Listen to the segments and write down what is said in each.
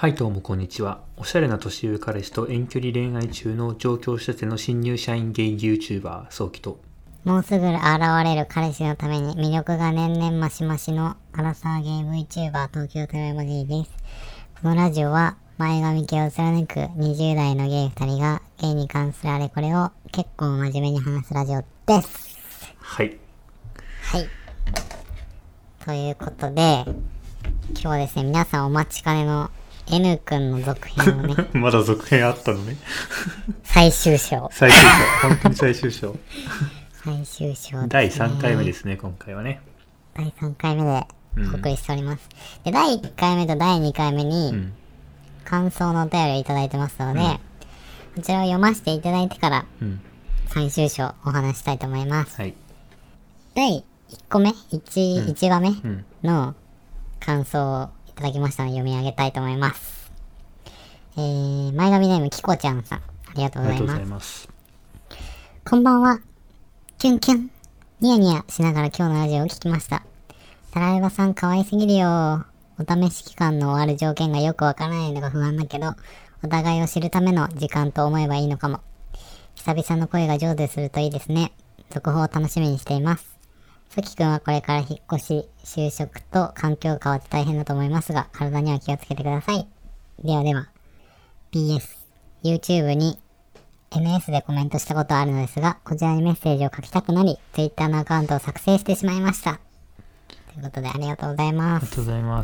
はいどうもこんにちは。おしゃれな年上彼氏と遠距離恋愛中の上京したての新入社員ゲイ YouTuber 早期と、 もうすぐ現れる彼氏のために魅力が年々増し増しのアラサーゲイ VTuber 東京テレモジーです。このラジオは前髪系を貫く20代のゲイ2人がゲイに関するあれこれを結構真面目に話すラジオです。 はい。 はい。ということで、今日はですね、皆さんお待ちかねの N くんの続編をね、 まだ続編あったのね。 最終章。 最終章。本当に最終章。 最終章ですね。 第3回目ですね、今回はね。 第3回目でお送りしております。で、第1回目と第2回目に感想のお便りをいただいてますので、こちらを読ませていただいてから最終章お話したいと思います。 はい。 第1個目、1話目の感想をいただきましたので読み上げたいと思います。前髪ネームきこちゃんさん、ありがとうございます。こんばんは。キュンキュン。ニヤニヤしながら今日のラジオを聞きました。タラレバさん可愛すぎるよ。お試し期間の終わる条件がよくわからないのが不安だけど、お互いを知るための時間と思えばいいのかも。久々の声が上手するといいですね。続報を楽しみにしています。ソキくんはこれから引っ越し、就職と環境が変わって大変だと思いますが、体には気をつけてください。ではでは。PS、YouTube にNS でコメントしたことあるのですが、こちらにメッセージを書きたくなり、Twitter のアカウントを作成してしまいました。ということでありがとうございます。 ありがとうございます。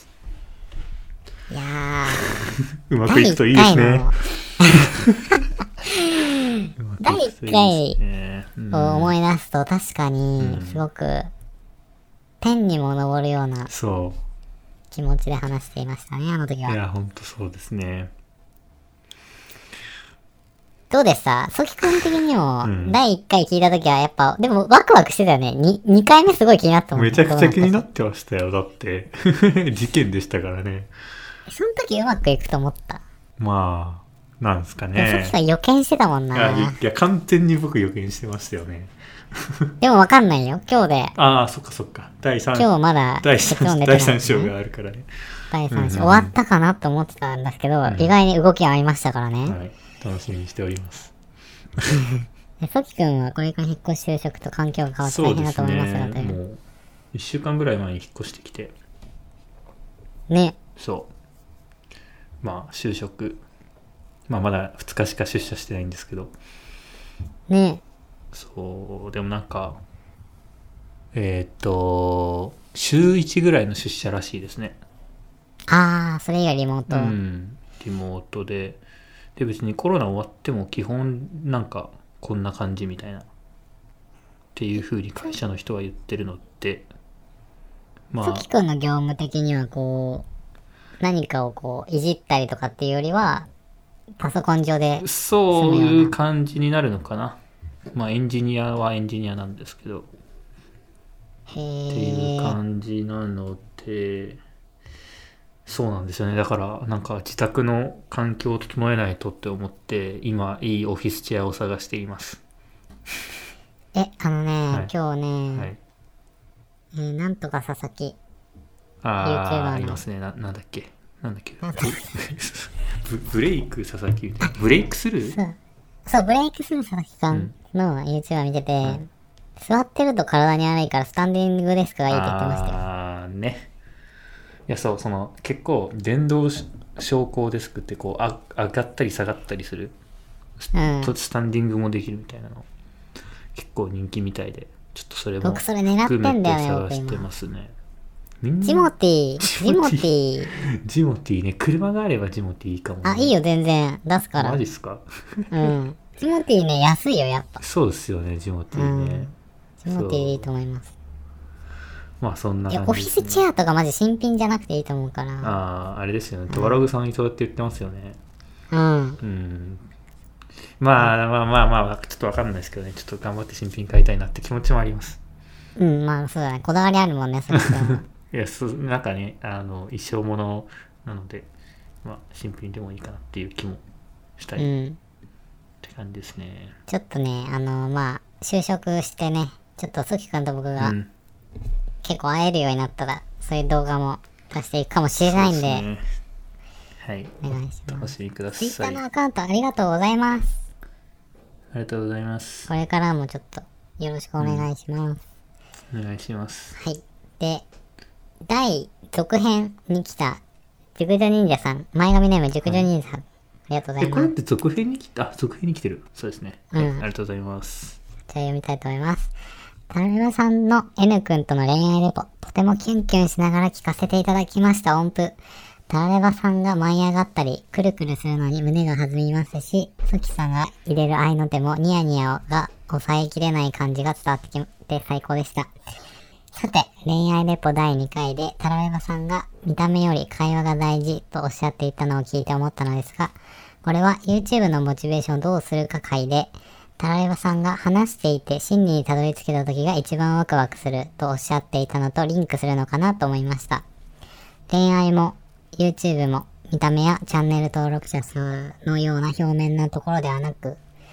いやー、うまくいくといいですね。 第1回を思い出すと確かにすごく天にも昇るような気持ちで話していましたね、あの時は。 いや、ほんとそうですね。 どうでした？ソキ君的にも第1回聞いた時はやっぱ、でもワクワクしてたよね。2回目すごい気になったもんね。 めちゃくちゃ気になってましたよ。だって事件でしたからね。 その時うまくいくと思った。 まあなんですかね。 ソキさん予見してたもんな。 いや完全に僕予見してましたよね。 でもわかんないよ、今日で。 ああ、そっかそっか。 今日まだ第3章があるからね。 第3章、終わったかなと思ってたんですけど、意外に動きありましたからね。 はい、楽しみにしております。 ソキ君はこれから引っ越し就職と環境が変わって大変だと思いますが、 そうですね、もう1週間ぐらい前に引っ越してきてね。 そうまあ就職まだ2日しか出社してないんですけどね。 そうでもなんか週1ぐらいの出社らしいですね。 ああ、それ以外リモート。 リモートで別にコロナ終わっても基本なんかこんな感じみたいなっていう風に会社の人は言ってるのって、 ソキ君の業務的にはこう何かをこういじったりとかっていうよりはパソコン上でそういう感じになるのかな。エンジニアはエンジニアなんですけどっていう感じなので、そうなんですよね。だからなんか自宅の環境を整えないとって思って今いいオフィスチェアを探しています。 はい、今日ね、なんとか佐々木 YouTuber ありますね。なんだっけブレイク佐々木みたいな。ブレイクスルーそうブレイクスルー佐々木さんの YouTuber 見てて、座ってると体に悪いからスタンディングデスクがいいって言ってましたよ。 ああね。いやその結構電動昇降デスクってこう上がったり下がったりする、スタンディングもできるみたいなの結構人気みたいで、ちょっとそれも僕それ狙ってんだよね。 探してますね。 ジモティね。車があればジモティいいかも、ね。 あ、いいよ全然出すから。 マジっすか？ ジモティね、安いよやっぱ。 そうですよね、ジモティね。 ジモティでいいと思います。 そんな感じ、ね。 いやオフィスチェアとかマジ新品じゃなくていいと思うから。 あれですよね。トワログさんにそうやって言ってますよね。ちょっとわかんないですけどね。ちょっと頑張って新品買いたいなって気持ちもあります。 そうだね。こだわりあるもんね、それいや、なんかね、一生ものなので、新品でもいいかなっていう気もしたり、って感じですね。 ちょっとね、就職してね、ちょっとソキ君と僕が結構会えるようになったら、そういう動画も出していくかもしれないんで、 はい。 お願いします。 お楽しみください。 Twitter のアカウントありがとうございます。 ありがとうございます。 これからもちょっとよろしくお願いします。 お願いします。 はい。で、続編に来た、熟女忍者さん、前髪ネーム熟女忍者さん、ありがとうございます。 これって続編に来てる。そうですね。はい、ありがとうございます。 じゃあ読みたいと思います。タラレバさんの N 君との恋愛レポ、とてもキュンキュンしながら聞かせていただきました音符。タラレバさんが舞い上がったり、くるくるするのに胸が弾みますし、ソキさんが入れる愛の手もニヤニヤが抑えきれない感じが伝わってきて最高でした。さて、恋愛レポ第2回でタラレバさんが見た目より会話が大事とおっしゃっていたのを聞いて思ったのですが、これは YouTube のモチベーションをどうするか回で、タラレバさんが話していて真理にたどり着けた時が一番ワクワクするとおっしゃっていたのとリンクするのかなと思いました。恋愛も YouTube も見た目やチャンネル登録者数のような表面的なところではなく、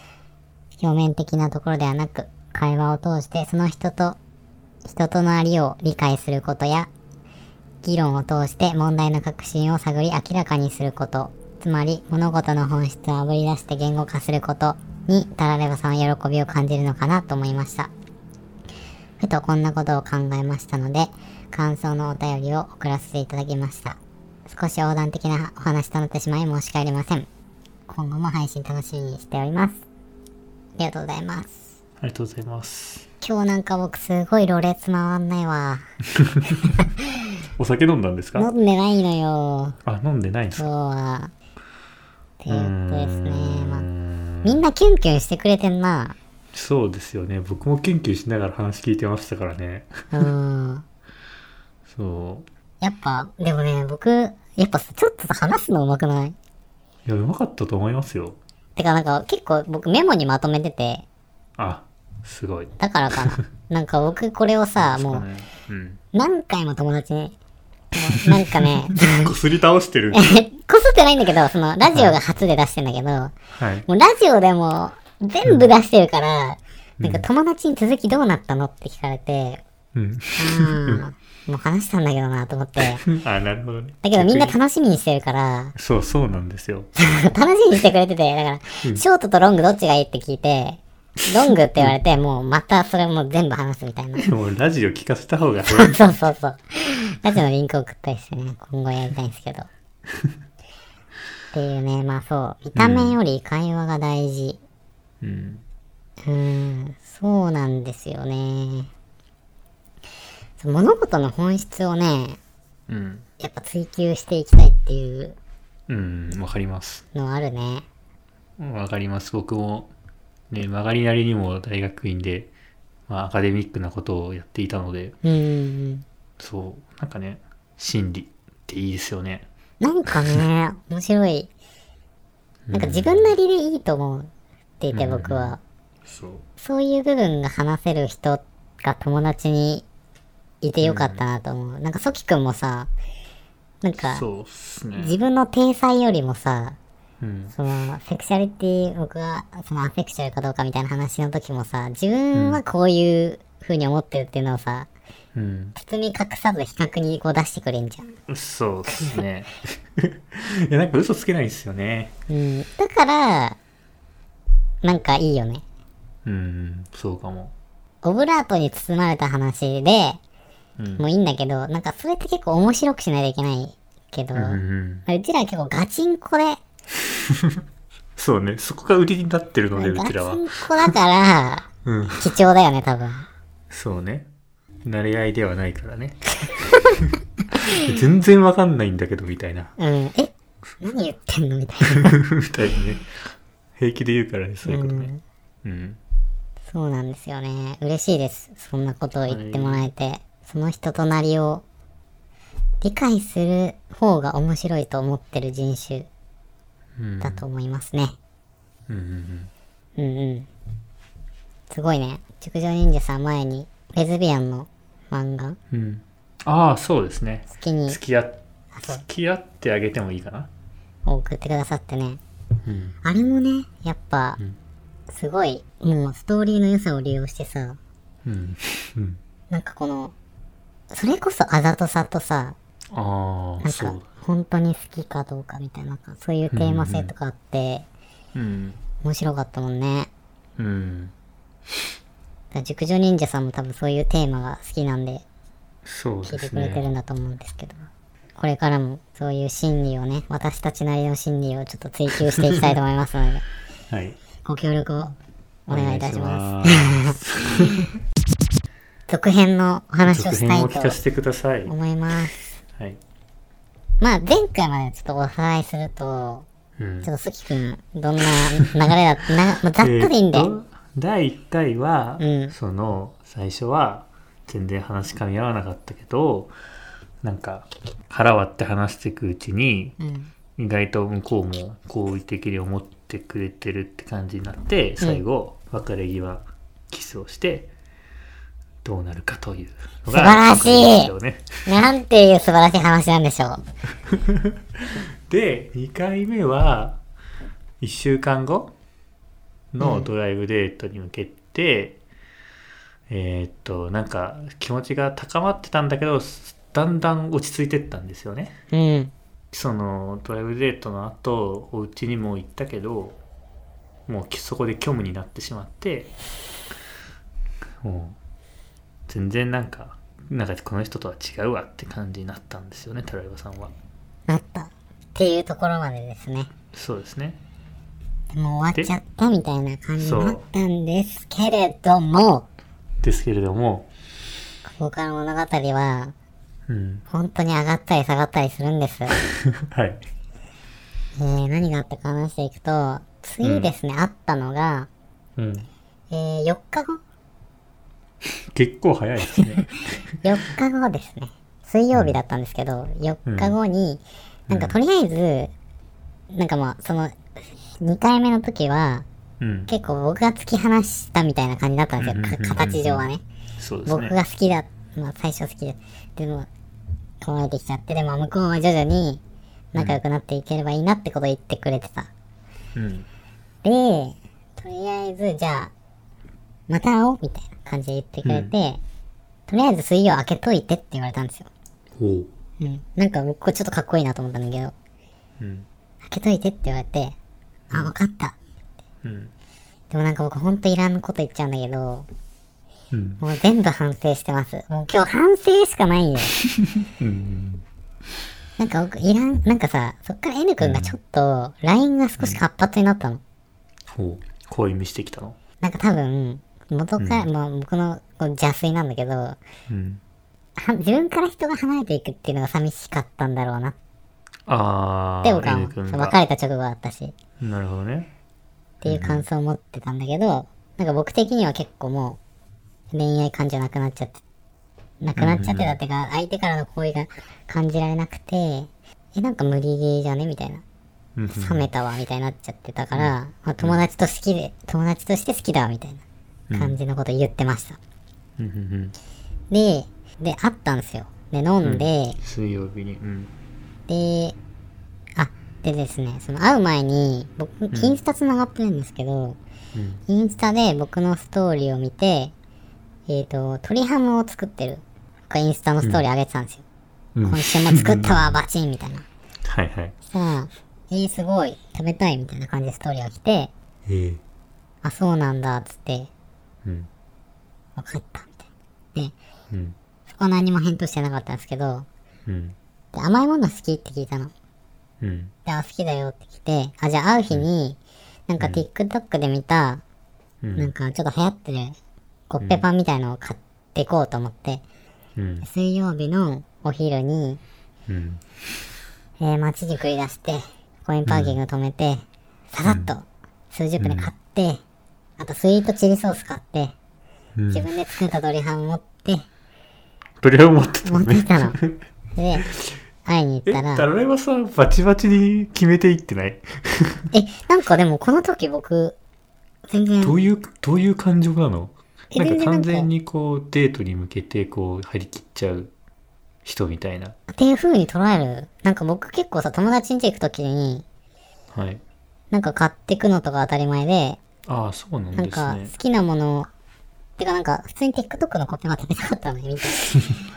会話を通してその人となりを理解することや、議論を通して問題の核心を探り明らかにすること、つまり物事の本質をあぶり出して言語化することにタラレバさんは喜びを感じるのかなと思いました。ふとこんなことを考えましたので、感想のお便りを送らせていただきました。少し横断的なお話となってしまい申し訳ありません。今後も配信楽しみにしております。ありがとうございます。 ありがとうございます。 今日なんか僕すごいろれつ回んないわ。 お酒飲んだんですか？ 飲んでないのよ。 あ、飲んでないんですか？ 今日は。ですね。みんなキュンキュンしてくれてんな。 そうですよね。僕もキュンキュンしながら話聞いてましたからね。そう。 やっぱ、でもね、僕、やっぱちょっと話すの上手くない？ いや、上手かったと思いますよ。 てかなんか結構僕メモにまとめてて。 あ、すごい。 だからかな。なんか僕これをさ、もう、何回も友達に、なんかね、 こすり倒してる。 こすってないんだけど、その、ラジオが初で出してんだけど、もうラジオでも全部出してるから、なんか友達に続きどうなったのって聞かれて、もう話したんだけどなと思って。 あ、なるほどね。 だけどみんな楽しみにしてるから。 そうなんですよ。 楽しみにしてくれてて、だから、ショートとロングどっちがいいって聞いて、ロングって言われて、もうまたそれも全部話すみたいな。 もうラジオ聞かせた方がそう。ラジオのリンク送ったりしてね、今後やりたいんですけど。っていうね、まあそう、見た目より会話が大事。そうなんですよね。物事の本質をね、やっぱ追求していきたいっていう。 わかります。 のあるね。 わかります。僕も、ね、曲がりなりにも大学院で、アカデミックなことをやっていたので、そう、なんかね、心理っていいですよね。 なんかね、面白い。なんか自分なりでいいと思っていて、僕は。そういう部分が話せる人が友達にいてよかったなと思う。なんかソキ君もさ、なんか、自分の体裁よりもさ、そのセクシャリティ、僕がそのアセクシャルかどうかみたいな話の時もさ、自分はこういう風に思ってるっていうのをさ、包み隠さず比較にこう出してくれんじゃん。 そうですね。いや、なんか嘘つけないですよね。 だから、なんかいいよね。 そうかも。 オブラートに包まれた話で、もういいんだけど、なんかそれって結構面白くしないといけないけど、うちらは結構ガチンコで、 そうね、そこが売りになってるので、うちらは。 ガチンコだから、貴重だよね、多分。 そうね。慣れ合いではないからね。全然わかんないんだけど、みたいな。 何言ってんのみたいな。 みたいなね。平気で言うからね、そういうことね。 そうなんですよね。嬉しいです。そんなことを言ってもらえて。その人となりを理解する方が面白いと思ってる人種だと思いますね。すごいね。熟女忍者さん前にレズビアンの漫画、 ああ、そうですね。付き合ってあげてもいいかな。 送ってくださってね。あれもね、やっぱ、すごい、もうストーリーの良さを利用してさ、なんかこの、それこそあざとさとさ、 なんかああ、そう。 本当に好きかどうかみたいな、なんかそういうテーマ性とかあって、 うん。 面白かったもんね。 うん。 だから熟女忍者さんも多分そういうテーマが好きなんでそうです聞いてくれてるんね。 だと思うんですけど、これからもそういう心理をね、私たちなりの心理をちょっと追求していきたいと思いますので、 はい。 ご協力をお願いいたします。 お願いします。 続編のお話を続したいと編を聞かせてください。 思います。 はい。 まあ前回までちょっとおさらいすると、 うんちょっとスキ君どんな流れだったまあざっとでいいんで、 第1回は、 うんその最初は全然話噛み合わなかったけど、なんか腹割って話していくうちに、 うん意外と向こうも好意的に思ってくれてるって感じになって最後、別れ際キスをしてどうなるかというのが素晴らしいですよね。 なんていう素晴らしい話なんでしょう。 で2回目は1週間後のドライブデートに向けて、なんか気持ちが高まってたんだけどだんだん落ち着いてったんですよね。 うん。 そのドライブデートの後お家にも行ったけどもうそこで虚無になってしまって、もう全然なんかこの人とは違うわって感じになったんですよね、タライバさんは。 なった。っていうところまでですね。 そうですね。 でも終わっちゃったみたいな感じになったんですけれども、 ですけれども、 ここから物語は、 うん。 本当に上がったり下がったりするんです。 はい。 何があったか話していくと、次ですね、あったのが、 うん。 4日後結構早いですね。 4日後ですね。水曜日だったんですけど、4日後に、なんかとりあえず、なんかまあ、その、2回目の時は、 うん。 結構僕が突き放したみたいな感じだったんですよ。形上はね。 そうですね。 僕が好きだ、まあ最初好きで、でも、構えてきちゃって、でも向こうは徐々に仲良くなっていければいいなってことを言ってくれてた。 うん。 で、とりあえず、じゃあ、また会おうみたいな感じで言ってくれて、とりあえず水曜開けといてって言われたんですよ。 ほう。 なんか僕これちょっとかっこいいなと思ったんだけど、 うん。 開けといてって言われて、あ、わかった。 うん。 でもなんか僕ほんといらんこと言っちゃうんだけど、 うん。 もう全部反省してます。もう今日反省しかないよ。 うん。 なんか僕なんかさ、そっから N 君がちょっと、LINE が少し活発になったの。 ほう。恋見してきたの。 なんか多分、元から、まあ僕のこう邪推なんだけど、 うん。 自分から人が離れていくっていうのが寂しかったんだろうなっあて僕は N 君別が。 れた直後だったし、 なるほどね。 っていう感想を持ってたんだけど、なんか僕的には結構もう、恋愛感じゃなくなっちゃって、だってか、相手からの好意が感じられなくて、なんか無理ゲーじゃねみたいな。 うん。 冷めたわ、みたいになっちゃってたから、まあ、友達として好きだわ、みたいな感じのこと言ってました。 うん。うん。 で、会ったんですよ。で、飲んで、 水曜日に。うん。 で、でですね、その会う前に、僕、インスタ繋がってるんですけど、 うん。 インスタで僕のストーリーを見て、鶏ハムを作ってる、インスタのストーリー上げてたんですよ。 うん今週も作ったわ、バチンみたいな。 はいはい。 そしたら、すごい、食べたいみたいな感じでストーリーが来て、あ、そうなんだ、つって、 うん。 わかった、みたいな。で、 うん。 そこは何も返答してなかったんですけど、 うん。 で甘いもの好きって聞いたの。 うん。 で、好きだよって来て、じゃあ会う日に、なんか TikTok で見た、なんかちょっと流行ってる、コッペパンみたいのを買っていこうと思って、 うん。 水曜日のお昼に、 うん。 街に繰り出して、コインパーキング止めて、ささっと、数十分で買って、あとスイートチリソース買って、自分で作った鶏ハム持って、 とりあえず持ってた持のね。 ってきたの。で、会いに行ったら、 タライバさんバチバチに決めていってないなんかでもこの時僕、全然、 どういう感情なの？なんか全然完全にこうデートに向けてこう張り切っちゃう人みたいな。 っていう風に捉える。なんか僕結構さ、友達ん家行く時に、 はい。 なんか買ってくのとか当たり前で、 ああ、そうなんなんですね。 か好きなもの、てかなんか普通に TikTok のコッペが食べたかったのね、みたい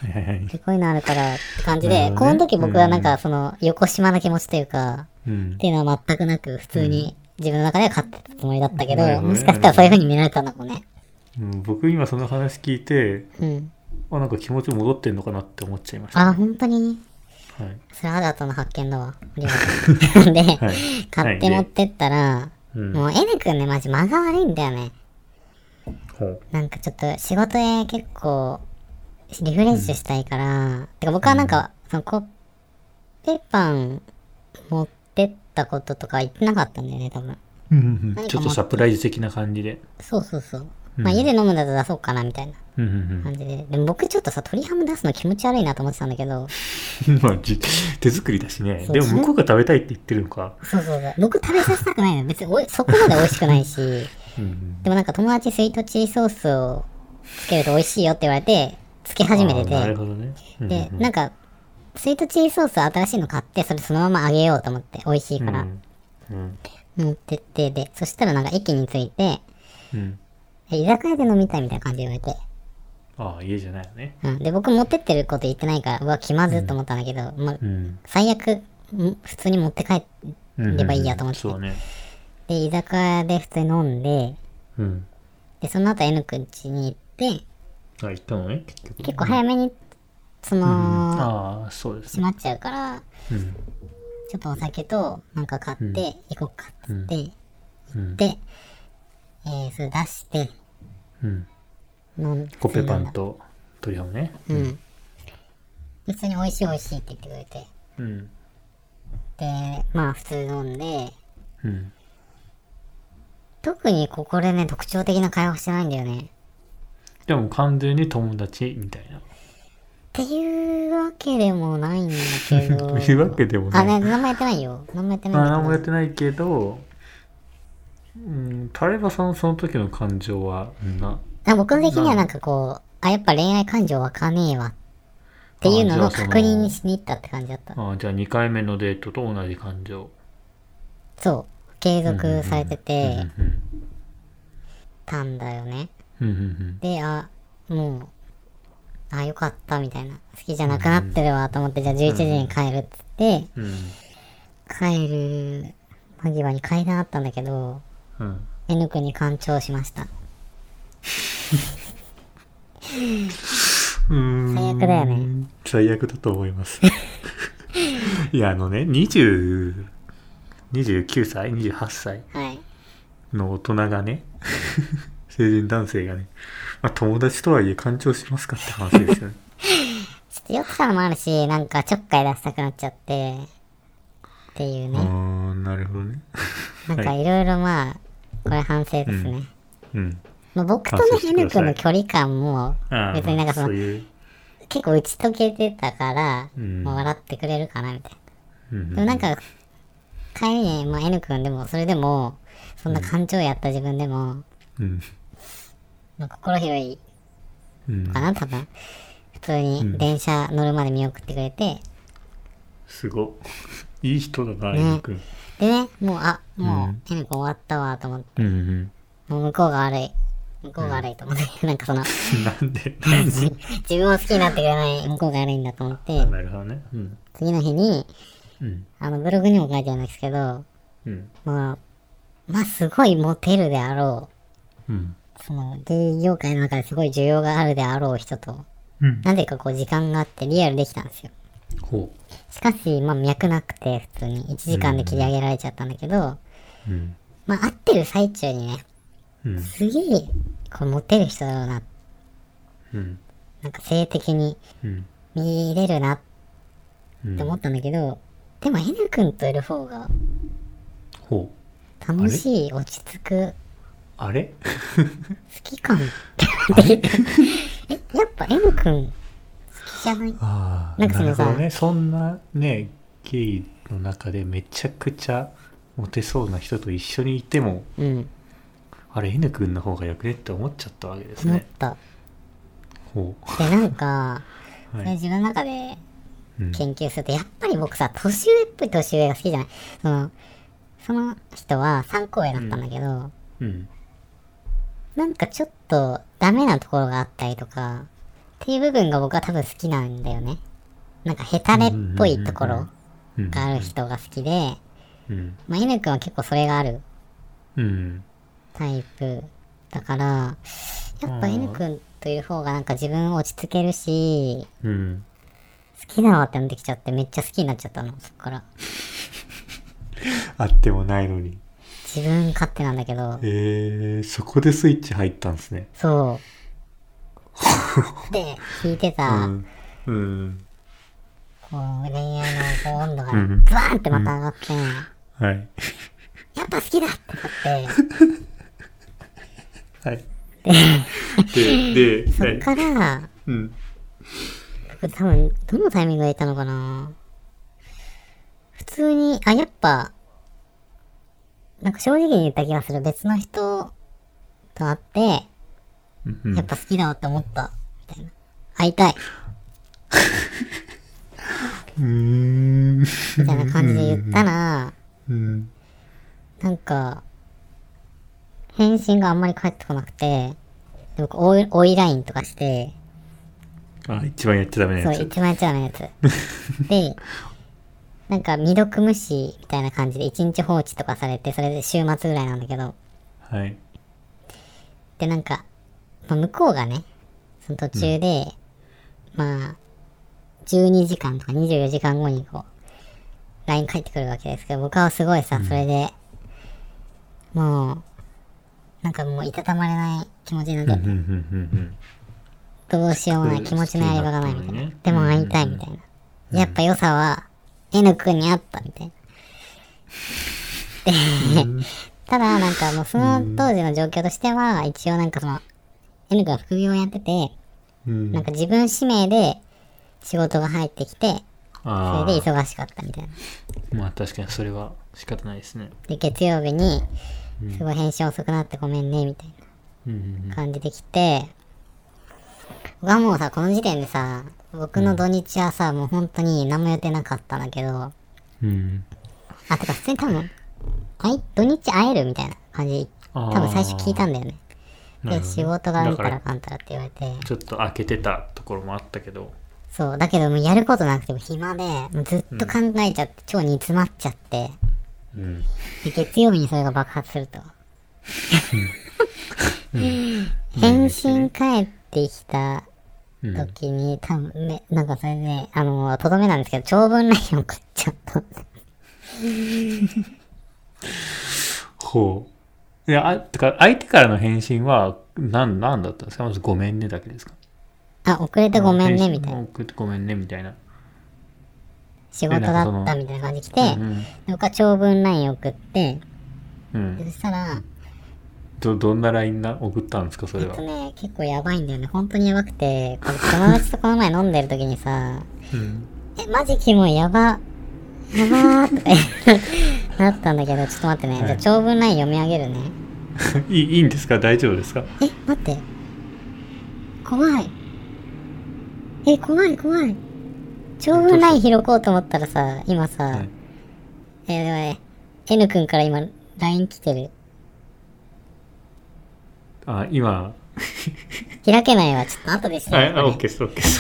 はいはいはい。 でこういうのあるからって感じで、 なるほどねこの時僕はなんかその横島な気持ちというか、 うんっていうのは全くなく普通に自分の中では勝ってたつもりだったけど、 なるほどねもしかしたらそういう風に見られたのかもね。 僕今その話聞いて、 うん。 なんか気持ち戻ってんのかなって思っちゃいましたあ、 ね。 本当にはい。 それは新たな発見だわ。ありがとう。で、 はい。 買って持ってったら、 うんもう N 君ね、マジ間が悪いんだよね。 ほう。 なんかちょっと仕事で結構リフレッシュしたいから、てか僕はなんか、そのコッペパン持ってったこととか言ってなかったんだよね、多分。 ちょっとサプライズ的な感じで。 そうそうそう。まあ家で飲むんだと出そうかなみたいなうんうん感じで。でも僕ちょっとさ、鶏ハム出すの気持ち悪いなと思ってたんだけど、 うん。まあ、手作りだしね。 そうでも向こうが食べたいって言ってるのか。 そうそうそう。僕食べさせたくないの。別にそこまで美味しくないし、 うんでもなんか友達スイートチリソースをつけると美味しいよって言われて、つけ始めてなるて、 ほどね。 で、なんか、スイートチリソース新しいの買って、それそのままあげようと思って、美味しいから。持ってって、で、そしたらなんか駅に着いて、居酒屋で飲みたいみたいな感じで言われて。 ああ、家じゃないよね。 で、僕持ってってること言ってないから、うわ、気まずっと思ったんだけど、まあ、最悪、普通に持って帰ればいいやと思って。 そうね。 で、居酒屋で普通に飲んで、で、その後 N くん家に行って、 あ、行ったのね、 結構早めに、 ああ、そうですね。 閉まっちゃうから、ちょっとお酒となんか買って行こうかっつって、行って、それ出して、 コッペパンと鶏ハムね。 普通に美味しい美味しいって言ってくれて、で、まあ普通飲んで、特にここでね、特徴的な会話してないんだよね。 でも完全に友達みたいな。 っていうわけでもないんだけど。 というわけでもない。 あ、ね、何もやってないよ。何もやってないんだけど。 何もやってないけど、タレバさんのその時の感情は僕的にはなんかこう、やっぱ恋愛感情湧かねえわっていうのの確認しに行ったって感じだった。 じゃあ2回目のデートと同じ感情。 そう。継続されてて、たんだよね。で、もう、よかったみたいな。好きじゃなくなってるわと思って、じゃあ11時に帰るっつって、帰る間際に階段あったんだけど、N 君に干潮しました。最悪だよね。 最悪だと思います。いや、29歳 ?28 歳の大人がね、成人男性がね、友達とはいえ干潮しますかって話ですよね。 ちょっと酔ってたのもあるし、なんかちょっかい出したくなっちゃって、っていうね。 なるほどね。 なんかいろいろまあ、これ反省ですね。僕とね、N 君の距離感も、別になんか結構打ち解けてたから、もう笑ってくれるかなみたいな。でもなんか、帰りに、N 君でも、それでも、そんな感情やった自分でも、心広いかな、多分。普通に電車乗るまで見送ってくれて。 すごい。いい人だな、N 君。 でね、もう N 君終わったわと思って。もう向こうが悪い。向こうが悪いと思って。なんかなんで自分を好きになってくれない向こうが悪いんだと思って。 なるほどね。 次の日に、ブログにも書いてあるんですけど、まあすごいモテるであろう。芸業界の中ですごい需要があるであろう人と、なんでかこう時間があってリアルできたんですよ。しかし、脈なくて普通に1時間で切り上げられちゃったんだけど、会ってる最中にね、すげえ、これモテる人だろうな。なんか性的に見れるなって思ったんだけど、でも N 君といる方が楽しい、落ち着く。 あれ好き感ってやっぱ N 君好きじゃない？なんかそんなね、ゲイの中でめちゃくちゃモテそうな人と一緒にいても、あれ N 君の方がよくねって思っちゃったわけですね。 思った。で、なんか、それ自分の中で研究すると、やっぱり僕さ、年上っぽい年上が好きじゃない。その人は3個上だったんだけど、なんかちょっとダメなところがあったりとか、 っていう部分が僕は多分好きなんだよね。なんかヘタレっぽいところがある人が好きで、まあ N 君は結構それがあるタイプだから、やっぱ N 君という方がなんか自分落ち着けるし、好きだなってなってきちゃってめっちゃ好きになっちゃったの、そっから。 あってもないのに。 自分勝手なんだけど。 そこでスイッチ入ったんですね。 そう。で、聞いてた、こう恋愛のこう温度がバーンってまた上がって、 はい。 やっぱ好きだってなって、 はい。で、 そっから、僕多分、どのタイミングで言ったのかな、普通に、やっぱ、なんか正直に言った気がする。別の人と会って、やっぱ好きだわって思った。みたいな。会いたい。みたいな感じで言ったら、なんか、返信があんまり返ってこなくて、で僕、追いラインとかして、 一番やっちゃダメなやつ。 そう、一番やっちゃダメなやつ。で、なんか未読無視みたいな感じで1日放置とかされて、それで週末ぐらいなんだけど。 はい。 で、なんか、まあ、向こうがね、その途中で、まあ、12時間とか24時間後にこう、LINE 返ってくるわけですけど、僕はすごいさ、それで、もう、なんかもういたたまれない気持ちになって、どうしようもない気持ちのやり場がないみたいな。でも会いたいみたいな。やっぱ良さは、N 君にあったみたいな。で、ただなんかもうその当時の状況としては、一応なんかその、N 君が副業をやってて、なんか自分指名で仕事が入ってきて、それで忙しかったみたいな。 まあ確かにそれは仕方ないですね。 で、月曜日に、すごい返信遅くなってごめんね、みたいな感じで来て、僕はもうさ、この時点でさ、僕の土日はさ、もう本当に何も予定なかったんだけど、てか普通に多分、土日会えるみたいな感じ、多分最初聞いたんだよね。で、仕事があるからかんたらって言われて。 ちょっと開けてたところもあったけど。 そう、だけどもうやることなくても暇で、もうずっと考えちゃって、超煮詰まっちゃって、で月曜日にそれが爆発すると。返信返ってきた時に、多分ね、なんかそれね、とどめなんですけど、長文 LINE 送っちゃった。 ほう。いや、てか、相手からの返信は、なんだったんですか？まずごめんねだけですか？ 遅れてごめんね、みたいな。 遅れてごめんね、みたいな。 仕事だったみたいな感じ来て、僕は長文 LINE 送って、そしたら、 どんな LINE 送ったんですか、それは。 結構やばいんだよね。本当にやばくて、これ友達とこの前飲んでる時にさ、マジキモい、やばーとかなったんだけど、ちょっと待ってね。じゃあ長文 LINE 読み上げるね。 いいんですか？大丈夫ですか？ 待って。怖い。怖い。長文 LINE 拾こうと思ったらさ、今さ、でもね、N 君から今 LINE 来てる。 今。 開けないわ。ちょっと後でして。 オッケーです。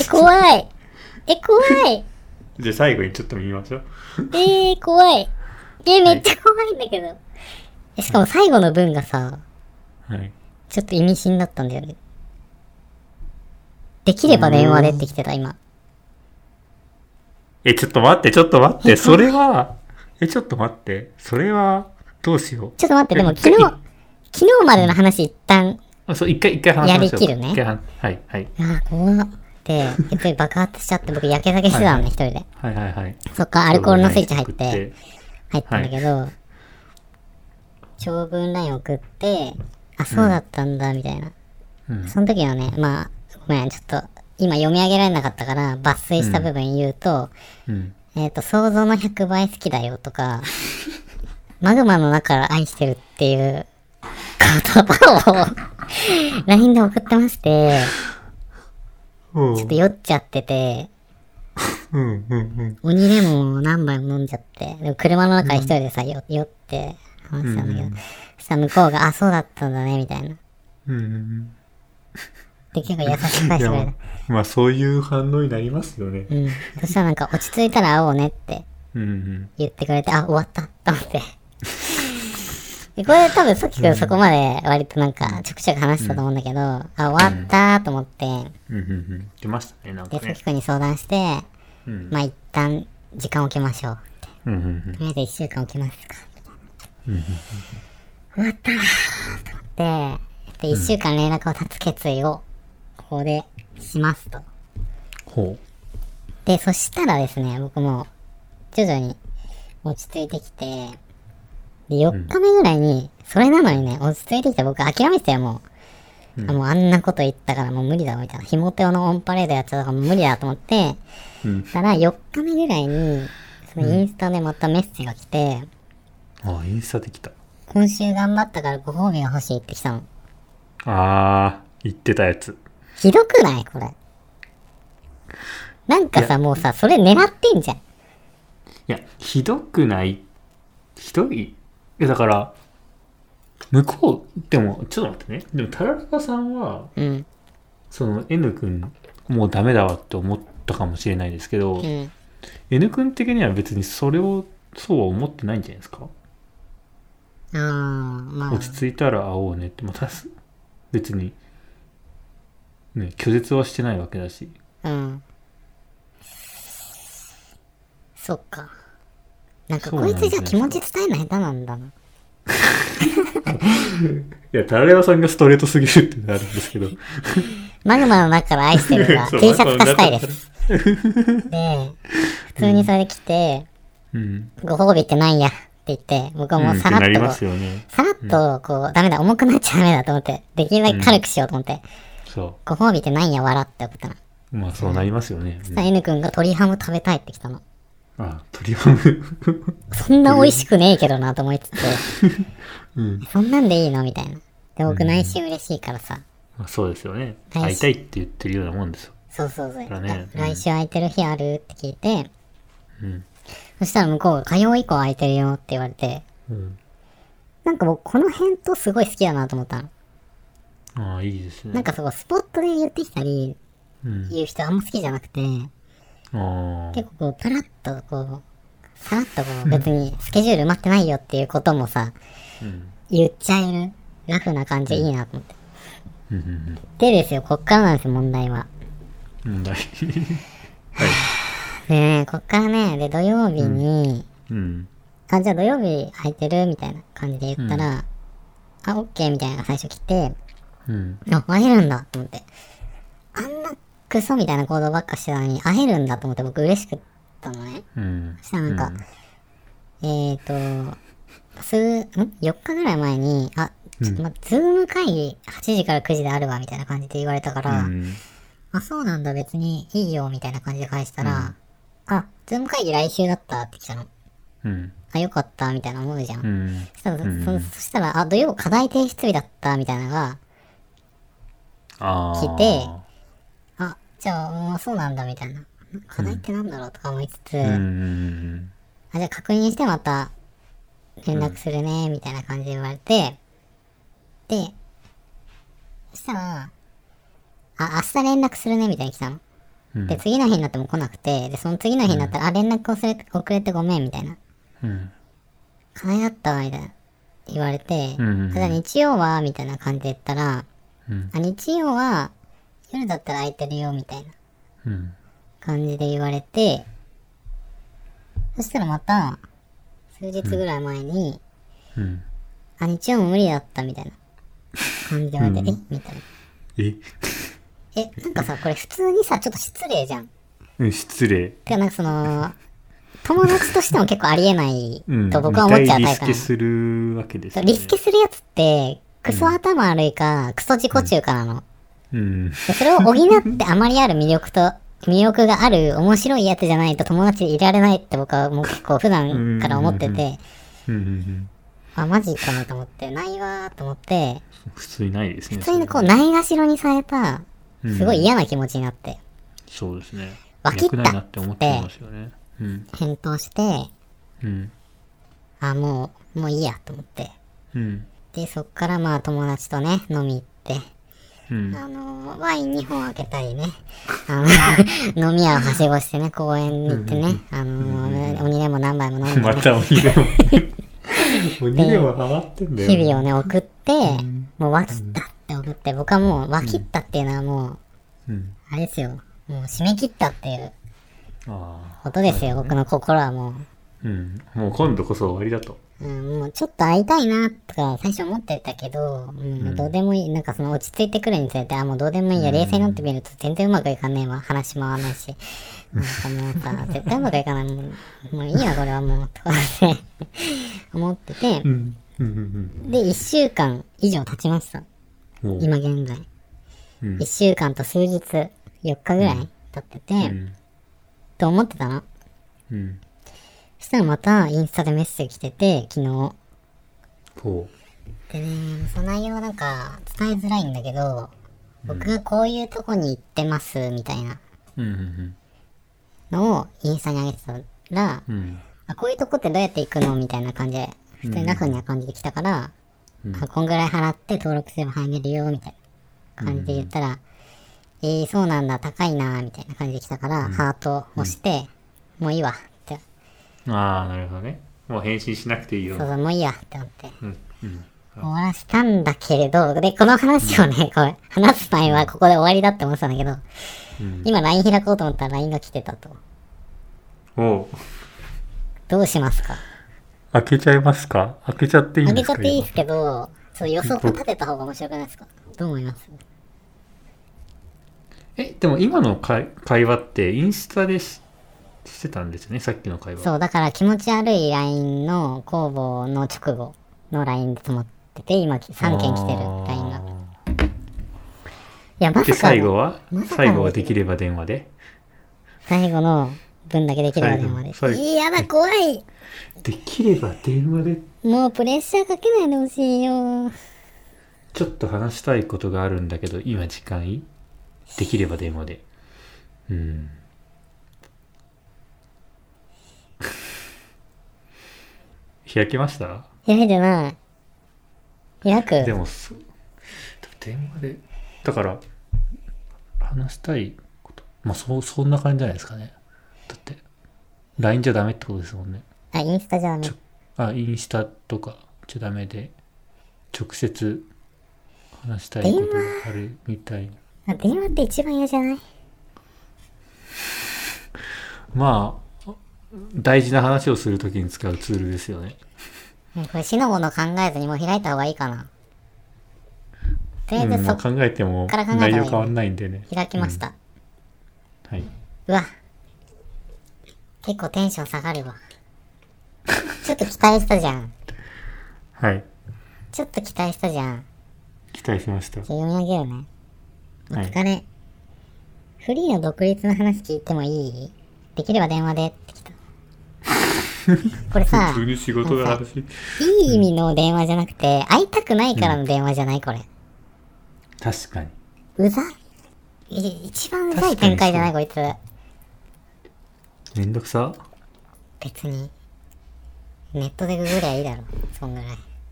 怖い。 じゃあ最後にちょっと見ましょう。 怖い。めっちゃ怖いんだけど。しかも最後の文がさ、ちょっと意味深だったんだよね。できれば電話でってきてた、今。 ちょっと待って。それは、ちょっと待って。それは、どうしよう。 ちょっと待って、でも昨日までの話一旦、 一回話しましょう。 やりきるね。 はい。 怖っ。で、やっぱり爆発しちゃって僕、やけ酒してたのね、一人で。そっか、アルコールのスイッチ入ったんだけど、長文 LINE 送って、そうだったんだ、みたいな。その時はね、まあ、ごめん、ちょっと、今読み上げられなかったから、抜粋した部分言うと、想像の100倍好きだよとか、マグマの中から愛してるっていう言葉をLINE で送ってまして、ちょっと酔っちゃってて、鬼レモンを何杯も飲んじゃって、でも車の中で一人でさ、酔って話したんだけど、そしたら向こうが、そうだったんだね、みたいな。 で、結構優しく返してくれた。 まあそういう反応になりますよね。 うん。そしたらなんか落ち着いたら会おうねって言ってくれて、あ、終わったと思って。でこれ多分さっきからそこまで割となんかちょくちょく話したと思うんだけど、あ、終わったと思って、 来ましたね、なんかね。 で、さきくんに相談して、まあ一旦時間を置きましょうって。とりあえず1週間置きますか。終わったーと思って、で、1週間連絡を絶つ決意を、ここでしますと。 ほう。 で、そしたらですね、僕も、徐々に落ち着いてきて、で、4日目ぐらいに、それなのにね、落ち着いてきて僕諦めてたよ、もう。もうあんなこと言ったからもう無理だろ、みたいな。ひもておのオンパレードやってたからもう無理だと思って、たら4日目ぐらいに、そのインスタでまたメッセージが来て、 あ、インスタで来た。 今週頑張ったからご褒美が欲しいって来たの。 言ってたやつ。 ひどくないこれ。なんかさ、もうさ、それ狙ってんじゃん。いや、ひどくない。ひどい。いや、だから、向こう、でも、ちょっと待ってね。でも、タラレバさんは、その N 君、もうダメだわって思ったかもしれないですけど、N 君的には別にそれを、そうは思ってないんじゃないですか。 まあ。 落ち着いたら会おうねって、また、別に、ね、拒絶はしてないわけだし。 そっか。なんかこいつじゃ気持ち伝えるの下手なんだな。いや、タラレバさんがストレートすぎるってなるんですけど。 マグマの中から愛してるが T シャツ化したいです。で、普通にそれで来て、ご褒美ってなんやって言って、僕はもうさらっとこう、さらっとこう、ダメだ、重くなっちゃダメだと思って、できるだけ軽くしようと思って、ご褒美ってなんや、笑って送ったの。 まあそうなりますよね。 そしたら N 君が鶏ハム食べたいって来たの。 鶏ハムそんな美味しくねえけどなと思いつつ、そんなんでいいのみたいな。で、僕内心嬉しいからさ。 そうですよね。会いたいって言ってるようなもんですよ。 そう。来週空いてる日あるって聞いて、そしたら向こうが火曜以降空いてるよって言われて、なんか僕この返答すごい好きだなと思ったの。 いいですね。 なんかそこスポットで言ってきたり、言う人あんま好きじゃなくて、結構こう、パラッとこう、さらっとこう、別にスケジュール埋まってないよっていうこともさ、言っちゃえるラフな感じいいなと思って。でですよ、こっからなんですよ、問題は。 問題はい。 でね、こっからね、で、土曜日に、じゃあ土曜日空いてるみたいな感じで言ったら、オッケーみたいなのが最初来て、会えるんだと思って。あんなクソみたいな行動ばっかしてたのに会えるんだと思って僕嬉しかったのね。そしたらなんか、4日ぐらい前に、ちょっと待って、ズーム会議8時から9時であるわみたいな感じで言われたから、そうなんだ別にいいよみたいな感じで返したら、ズーム会議来週だったって来たの。よかったみたいな思うじゃん。そしたら、土曜課題提出日だったみたいなのが、来て、じゃあ、もうそうなんだみたいな。課題ってなんだろうとか思いつつ、じゃあ確認してまた連絡するね、みたいな感じで言われて、で、そしたら、明日連絡するね、みたいに来たの。で、次の日になっても来なくて、で、その次の日になったら、連絡遅れてごめん、みたいな。課題だったわ、みたいな。言われて、じゃあ日曜はみたいな感じで言ったら、日曜は、夜だったら空いてるよみたいな感じで言われて、そしたらまた数日ぐらい前に、日曜も無理だったみたいな感じで言われて、みたいな。なんかさ、これ普通にさ、ちょっと失礼じゃん。 失礼。 てかなんかその、友達としても結構ありえないと僕は思っちゃうタイプなの。 リスケするわけですよね。 リスケするやつって、クソ頭悪いか、クソ自己中かなの。それを補ってあまりある魅力がある面白いやつじゃないと友達でいられないって僕はもう結構普段から思ってて、マジかなと思って、ないわーと思って、 普通にないですね。 普通にこうないがしろにされた、すごい嫌な気持ちになって。 そうですね。 わきったなって思ってますよね。 返答して、もういいやと思って。で、そっからまあ友達とね、飲み行って、 ワイン2本開けたりね、飲み屋をはしごしてね、公園に行ってね、鬼でも何杯も飲んで、ね、 また鬼でも。鬼でもハマってんだよ。 日々をね、送って、もう脇ったって送って、僕はもう脇ったっていうのはもう、あれですよ、もう締め切ったっていうことですよ、僕の心はもう。もう今度こそ終わりだと。 もうちょっと会いたいなとか最初思ってたけど、どうでもいい、なんかその落ち着いてくるにつれて、もうどうでもいいや、冷静になってみると全然うまくいかねえわ、話回らないし。なんかもうさ、絶対うまくいかない。もういいや、これはもう、とかって思ってて、で、1週間以上経ちました。今現在。1週間と数日、4日ぐらい経ってて、と思ってたの。そしたらまたインスタでメッセージ来てて、昨日。でね、その内容はなんか伝えづらいんだけど、僕がこういうとこに行ってます、みたいなのをインスタに上げてたら、こういうとこってどうやって行くのみたいな感じで、普通にラフな感じで来たから、こんぐらい払って登録すれば入れるよ、みたいな感じで言ったら、そうなんだ、高いな、みたいな感じで来たから、ハートを押して、もういいわ。 なるほどね。もう返信しなくていいよ。 そう、もういいやって思って。終わらしたんだけれど、で、この話をね、これ、話すタイムはここで終わりだって思ってたんだけど、今 LINE 開こうと思ったら LINE が来てたと。どうしますか？ 開けちゃいますか？開けちゃっていいんですか？ 開けちゃっていいですけど、予想を立てた方が面白くないですか？どう思います？ でも今の会話ってインスタでしてたんですよね、さっきの会話。 そう、だから気持ち悪い LINE の公募の直後の LINE で止まってて、今3件来てる LINE が。いや、まさか。で、 最後はできれば電話で。 最後の分だけできれば電話で。やだ、怖い。 できれば電話で。 もうプレッシャーかけないでほしいよ。 ちょっと話したいことがあるんだけど、今時間いい？できれば電話で。開けました？ 開いてない。開く？ でも電話でだから話したいことそんな感じじゃないですかね。だって LINE じゃダメってことですもんね。 インスタじゃダメ。 インスタとかじゃダメで直接話したいことがあるみたいな。電話って一番嫌じゃない？ 大事な話をするときに使うツールですよね。 これ死のもの考えずにもう開いた方がいいかな。とりあえず考えても内容変わんないんでね。 開きました。 はい。 うわ。結構テンション下がるわ。ちょっと期待したじゃん。 はい。 ちょっと期待したじゃん。 期待しました。 読み上げるね。お疲れ。フリーの独立の話聞いてもいい？できれば電話でってきた。これさ、 普通に仕事が話。いい意味の電話じゃなくて、会いたくないからの電話じゃない？これ。 確かに。 うざい。一番うざい展開じゃない？こいつ。 めんどくさ。 別に。ネットでググりゃいいだろ。そんぐらい。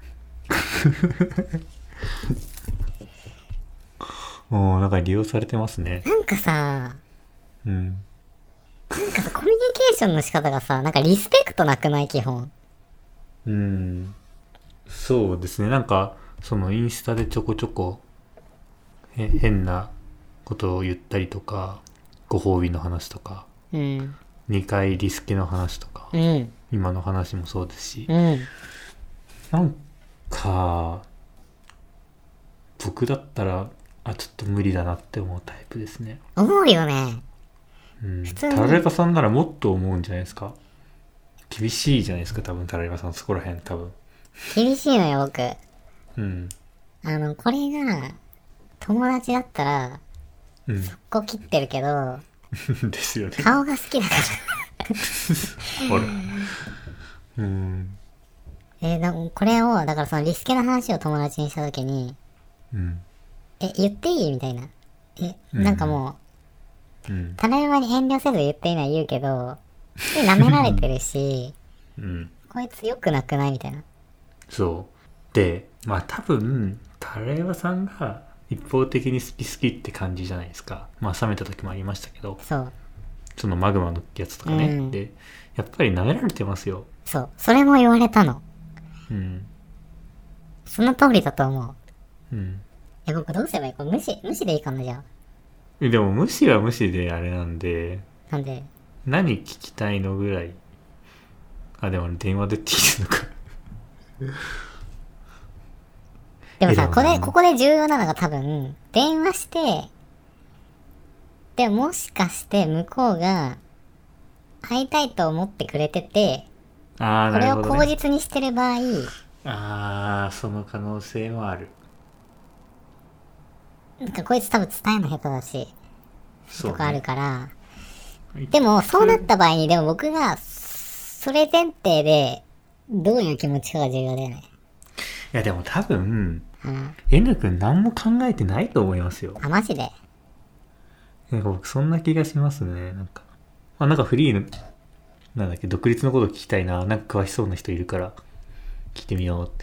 もうなんか利用されてますね。 なんかさ、コミュニケーションの仕方がさ、なんかリスペクトなくない？基本。 そうですね。なんかそのインスタでちょこちょこ変なことを言ったりとか、ご褒美の話とか、2回リスケの話とか、今の話もそうですし、なんか僕だったらちょっと無理だなって思うタイプですね。 思うよね。 タラレバさんならもっと思うんじゃないですか。厳しいじゃないですか、多分タラレバさんそこら辺多分。 厳しいのよ僕。これが友達だったら、そこ切ってるけど。 ですよね。 顔が好きだから。これをだからそのリスケの話を友達にしたときに、言っていいみたいな。なんかもう、タラレバに遠慮せず言っていいのは言うけど、舐められてるし、こいつ良くなくないみたいな。 そう。で、多分、タラレバさんが一方的に好き好きって感じじゃないですか。まあ冷めた時もありましたけど、 そう。 そのマグマのやつとかね、 うん、 でやっぱり舐められてますよ。 そう。それも言われたの。 うん。 その通りだと思う。 うん。 僕どうすればいい？これ無視でいいかな、じゃあ。 でも無視は無視であれなんで、 なんで、 何聞きたいのぐらい。あ、でも電話でって言うのか。 でもさ、ここで重要なのが多分、電話して、でもしかして向こうが、会いたいと思ってくれてて、 これを口実にしてる場合、 その可能性もある。 なんかこいつ多分伝えるの下手だし、 そうね、 とかあるから、でもそうなった場合に、でも僕が、それ前提で、どういう気持ちかが重要だよね。 いやでも多分、N 君何も考えてないと思いますよ。 あ、マジで？ なんか僕そんな気がしますね。なんか、なんかフリーの、なんだっけ、独立のこと聞きたいな。なんか詳しそうな人いるから、聞いてみようって。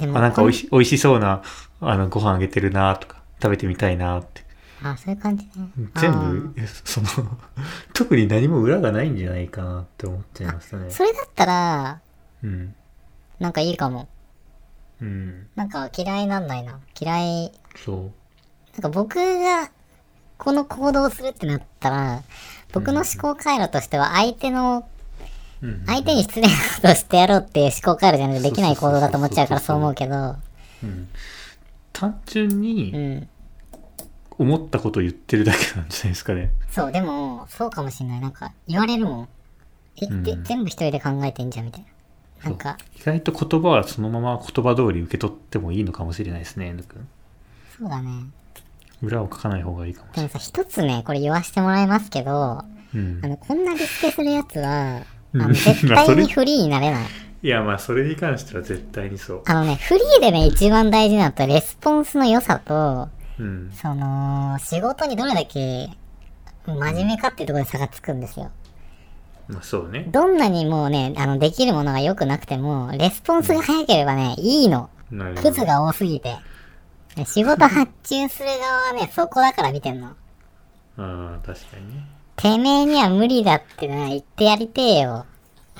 なんか美味しそうな、ご飯あげてるなとか、食べてみたいなって。 そういう感じね。 全部、特に何も裏がないんじゃないかなって思っちゃいましたね。 それだったら、 うん。 なんかいいかも。 うん。 なんか嫌いなんないな。嫌い。 そう。 なんか僕が、この行動をするってなったら、僕の思考回路としては相手に失礼なことをしてやろうっていう思考回路じゃなくてできない行動だと思っちゃうからそう思うけど。 単純に、思ったことを言ってるだけなんじゃないですかね。 そう、でも、そうかもしんない。なんか、言われるもん。全部一人で考えてんじゃん、みたいな。なんか。 意外と言葉はそのまま言葉通り受け取ってもいいのかもしれないですね、N 君。 そうだね。 裏を書かない方がいいかもしれない。 でもさ、一つね、これ言わせてもらいますけど、こんなリスケするやつは、絶対にフリーになれない。 いや、まあ、それに関しては絶対にそう。 フリーでね、一番大事なのと、レスポンスの良さと、仕事にどれだけ真面目かっていうところで差がつくんですよ。 まあそうね。 どんなにもうね、できるものが良くなくても、レスポンスが早ければね、いいの。クズが多すぎて。仕事発注する側はね、そこだから見てんの。 確かにね。 てめえには無理だってね、言ってやりてえよ。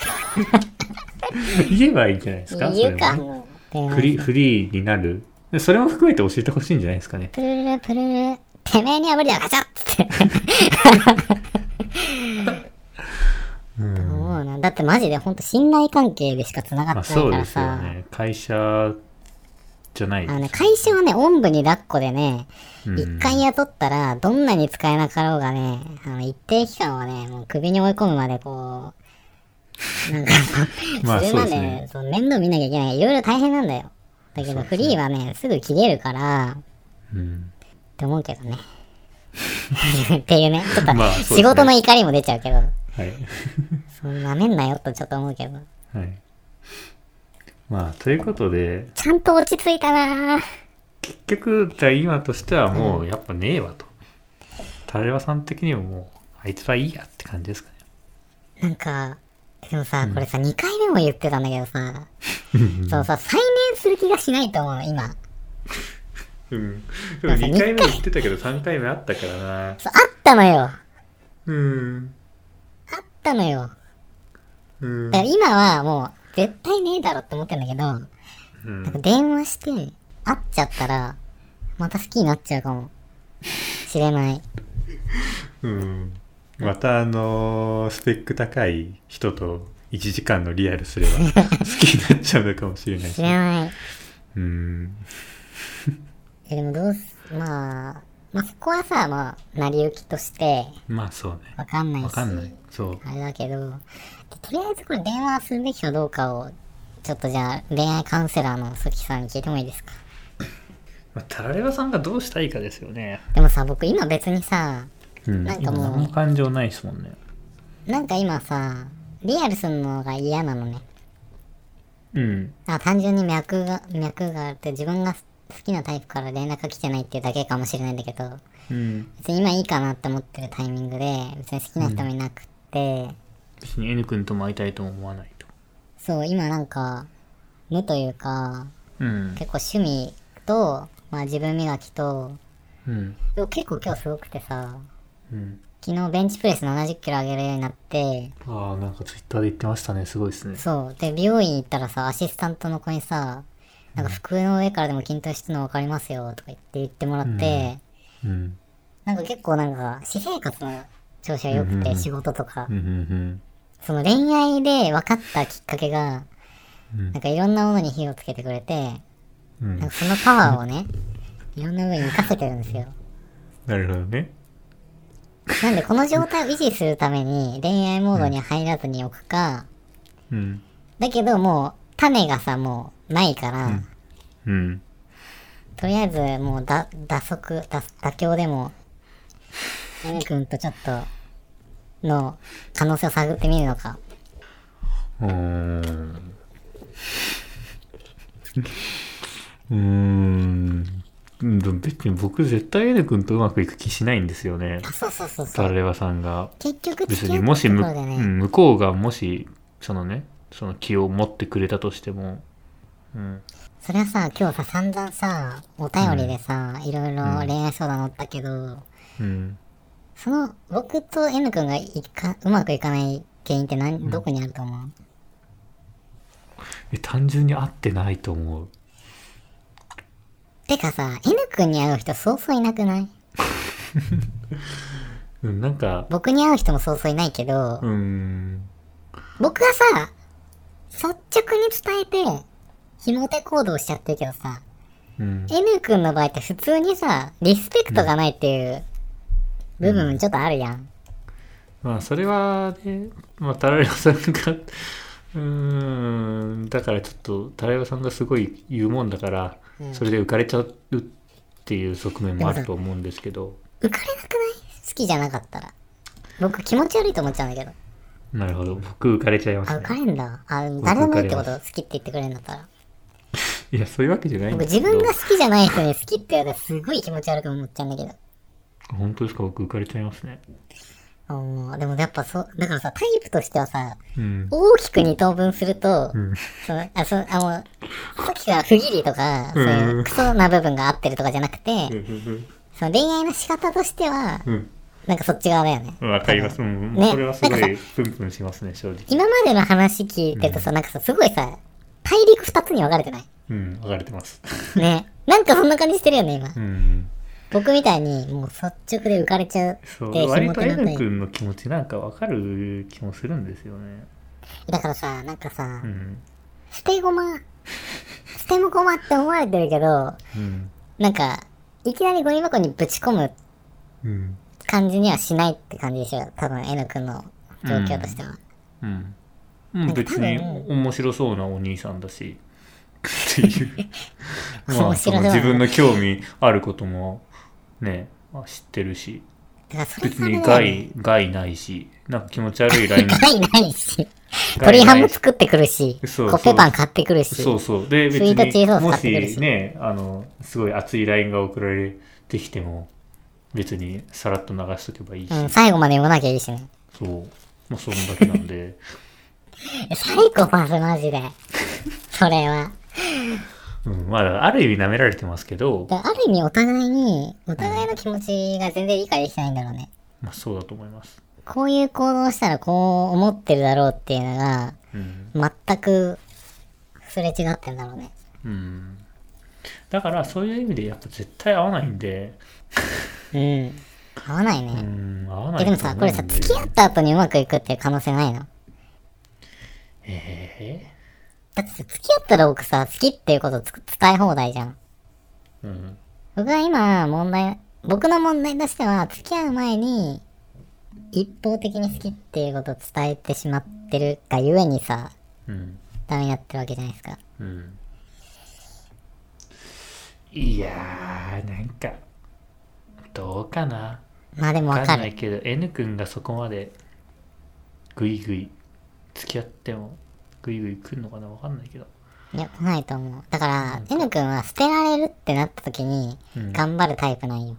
言えばいいんじゃないですか。 言うかも。 フリーになる。それも含めて教えてほしいんじゃないですかね。 プルルプルル、てめえには無理だ、ガチャッつって。だってマジでほんと信頼関係でしか繋がってないからさ。 そうですよね。会社じゃないですね。 会社はね、おんぶに抱っこでね、一回雇ったら、どんなに使えなかろうがね、一定期間はね、もう首に追い込むまでこう、なんか、それまで、面倒見なきゃいけない。いろいろ大変なんだよ。だけど、フリーはね、すぐ切れるから、って思うけどね。っていうね、ちょっと、仕事の怒りも出ちゃうけど。はい。なめんなよとちょっと思うけど。はい。 まあ、ということで。 ちゃんと落ち着いたな。 結局、じゃあ今としてはもう、やっぱねえわと。タレバさん的にはもう、あいつはいいやって感じですかね。 なんか、でもさ、これさ、2回目も言ってたんだけどさ、そうさ、再燃する気がしないと思う、今。 でも2回目言ってたけど3回目あったからな。 そう、あったのよ。あったのよ。だから今はもう、絶対ねえだろって思ってんだけど、なんか電話して、会っちゃったら、また好きになっちゃうかもしれない。 またスペック高い人と1時間のリアルすれば好きになっちゃうのかもしれないし。 知らない。でもまあそこはさ、まあ、成り行きとして、 まあそうね。 わかんないし。 わかんない。そう。 あれだけど、とりあえずこれ電話するべきかどうかを、ちょっとじゃあ、恋愛カウンセラーのソキさんに聞いてもいいですか？ タラレバさんがどうしたいかですよね。 でもさ、僕今別にさ、なんかもう。 何も感情ないですもんね。 なんか今さ、リアルするのが嫌なのね。単純に脈があって自分が好きなタイプから連絡が来てないっていうだけかもしれないんだけど、別に今いいかなって思ってるタイミングで、別に好きな人もいなくて、 別に N 君とも会いたいとも思わないと。 そう、今なんか、無というか、結構趣味とまあ自分磨きと、 うん。 でも結構今日すごくてさ、 うん。 昨日ベンチプレス70キロ上げるようになって、 ああ、なんかツイッターで言ってましたね。すごいですね。 そう。で、美容院行ったらさ、アシスタントの子にさ、なんか服の上からでも筋トレしてるの分かりますよとか言ってもらって、 うん。 なんか結構なんか、私生活の調子が良くて、仕事とかう、ん。 その恋愛で分かったきっかけが、 うん。 なんかいろんなものに火をつけてくれて、 うんなんかそのパワーをね、いろんな上に活かせてるんですよ。 なるほどね。 なんでこの状態を維持するために恋愛モードに入らずに置くか、 うん。 だけどもう種がさ、もうないから、 うん。 とりあえずもう妥協でも、M 君とちょっとの可能性を探ってみるのか。 うーん。うーん。別に僕絶対 N 君とうまくいく気しないんですよね。 あ、そうそうそうそタう。 レバさんが。 結局別付き合っにもしたところでね、 向こうがもし、そのね、その気を持ってくれたとしても、うん。 それはさ、今日さ、散々さ、お便りでさ、いろいろ恋愛相談乗ったけど、 うん。 その、僕と N 君がうまくいかない原因ってどこにあると思う？ 単純に合ってないと思う。 てかさ、N 君に会う人そうそういなくない？ うん、なんか、 僕に会う人もそうそういないけど、僕がさ、率直に伝えて、ひも手行動しちゃってるけどさ、 うん。 N 君の場合って普通にさ、リスペクトがないっていう部分ちょっとあるやん。 まあ、それはね、まあ、タラレバさんがだからちょっと、タラレバさんがすごい言うもんだから、それで浮かれちゃうっていう側面もあると思うんですけど。 浮かれなくない？好きじゃなかったら。僕気持ち悪いと思っちゃうんだけど。 なるほど。僕浮かれちゃいますあ、 ね。 浮かれんだ。あ、誰でもいいってこと好きって言ってくれるんだったら。 いや、そういうわけじゃないん僕ですけど。 自分が好きじゃない人に好きって言われたらすごい気持ち悪く思っちゃうんだけど。 本当ですか？僕浮かれちゃいますね。 でもやっぱそう、だからさ、タイプとしてはさ、 うん。 大きく二等分すると、 んさっきは不義理とか、そういうクソな部分が合ってるとかじゃなくて、その恋愛の仕方としては、なんかそっち側だよね。 わかります。ね、これはすごいプンプンしますね、正直。 今までの話聞いてるとさ、なんかさ、すごいさ、大陸二つに分かれてない？ 分かれてます。 ね。なんかそんな感じしてるよね、今。 うん。 僕みたいに、もう率直で浮かれちゃうそう、 って割と N 君の気持ちなんかわかる気もするんですよね。 だからさ、なんかさ、 うん。 捨て駒って思われてるけど、なんか、いきなりゴミ箱にぶち込む感じにはしないって感じでしょ。多分 N 君の状況としては。 別に面白そうなお兄さんだし、っていう。まあ、その自分の興味あることもね、知ってるし。別に害ないし、なんか気持ち悪いライン。 害ないし。鶏ハム作ってくるし、コッペパン買ってくるし。 そうそう。で、別に、もしね、すごい熱いラインが送られてきても、別にさらっと流しとけばいいし。 最後まで読まなきゃいいしね。 そう。まあ、そんだけなんで。 サイコパスマジで。それは。 まあ、ある意味舐められてますけど。 ある意味お互いの気持ちが全然理解できてないんだろうね。 まあ、そうだと思います。 こういう行動したらこう思ってるだろうっていうのが、全くすれ違ってんだろうね。 だからそういう意味でやっぱ絶対合わないんで。 合わないね。 合わない。 でもさ、これさ、付き合った後にうまくいくっていう可能性ないの？だってさ、付き合ったら僕さ、好きっていうこと伝え放題じゃん。僕は今、僕の問題としては、付き合う前に、一方的に好きっていうことを伝えてしまってるがゆえにさ、ダメになってるわけじゃないですか。 いやー、なんか、どうかな。 まあでもわかる。 ないけど、N 君がそこまで、ぐいぐい、付き合っても、ぐいぐい来るのかな、わかんないけど。 いや、来ないと思う。だから、N 君は捨てられるってなった時に、頑張るタイプなんよ。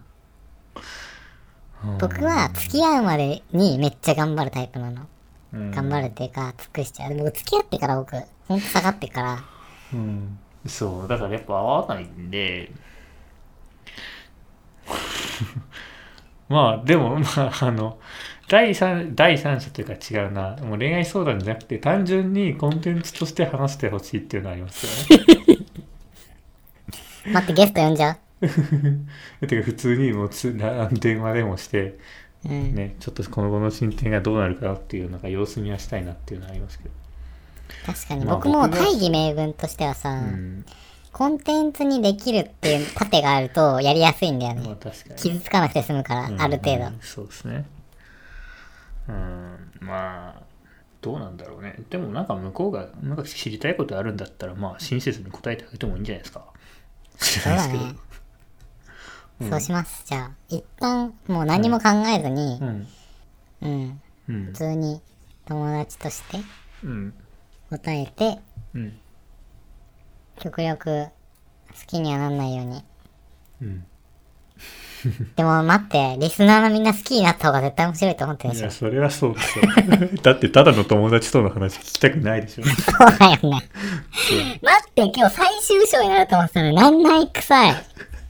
僕は付き合うまでにめっちゃ頑張るタイプなの。頑張るっていうか、尽くしちゃう。僕付き合ってからほんと下がってから。 そう、だからやっぱ合わないんで、 まあでも第三者というか違うな。もう恋愛相談じゃなくて単純にコンテンツとして話してほしいっていうのはありますよね。 待って、ゲスト呼んじゃてか普通にもう電話でもして、 う。うん。 ね、ちょっと今後の進展がどうなるかなっていうのが様子見はしたいなっていうのはありますけど。 確かに、 まあ僕も大義名分としてはさ、 うん、 コンテンツにできるっていう盾があるとやりやすいんだよね。 まあ確かに。 傷つかなくて済むから、ある程度。 そうですね。まあ、どうなんだろうね。でもなんか向こうがなんか知りたいことあるんだったら、まあ親切に答えてあげてもいいんじゃないですか。 そうだね。そうします。じゃあ、一旦もう何も考えずに、普通に友達として答えて、極力好きにはなんないように。でも待って、リスナーのみんな好きになった方が絶対面白いと思ってるでしょ。 いや、それはそうですよ。だってただの友達との話聞きたくないでしょ。 そうだよね。待って、今日最終章になると思ってたのになんない臭い。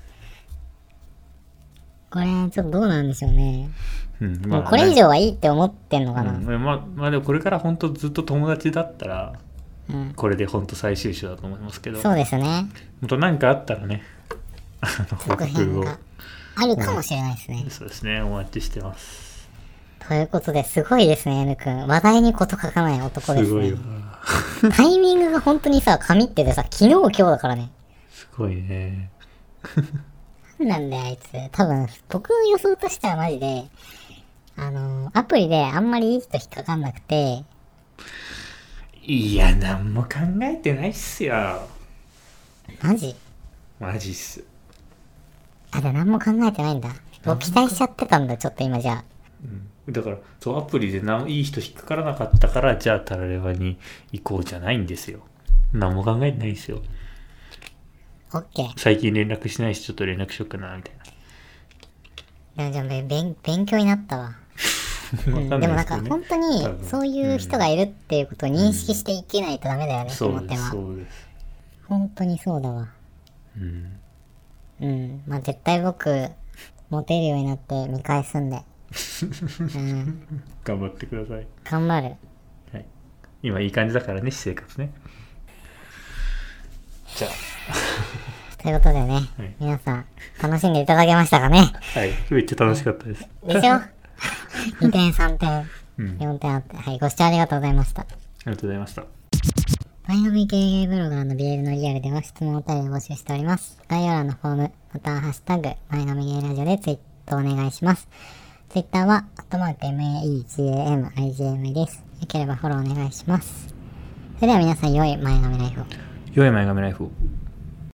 これ、ちょっとどうなんでしょうね。まあ、これ以上はいいって思ってんのかな。 まあでもこれから本当ずっと友達だったら、これで本当最終章だと思いますけど。 そうですね。 本当なんかあったらね、 続編があるかもしれないですね。 そうですね、お待ちしてます。 ということですごいですね、N 君。話題にこと書かない男ですね。 すごいわ。 タイミングが本当にさ、神っててさ、昨日今日だからね。 すごいね。 なんだよ、あいつ。多分、僕の予想としてはマジで、アプリであんまりいい人引っかかんなくて。 いや、なんも考えてないっすよ。 マジっす。 あ、じゃあ何も考えてないんだ。僕期待しちゃってたんだ、ちょっと今じゃあ。 だから、そう、アプリでいい人引っかからなかったから、じゃあタラレバに行こうじゃないんですよ。何も考えてないんですよ。 オッケー。 最近連絡しないし、ちょっと連絡しよっかな、みたいな。 いや、じゃあ勉強になったわ。でもなんか本当にそういう人がいるっていうことを認識していけないとダメだよねって思っては。 そうです。 本当にそうだわ。まあ絶対僕モテるようになって見返すんで。 頑張ってください。 頑張る。 はい。今いい感じだからね、私生活ね。じゃあ。 ということでね、皆さん楽しんでいただけましたかね。 はい、めっちゃ楽しかったです。 でしょ2点、3点、4点あって、はい、ご視聴ありがとうございました。 ありがとうございました。 前髪経営ブロガーの BL のリアルでは質問お便りを募集しております。概要欄のフォーム、またはハッシュタグ、前髪ゲイラジオでツイートお願いします。ツイッターは、@megami です。よければフォローお願いします。それでは皆さん、良い前髪ライフを。 良い前髪ライフを。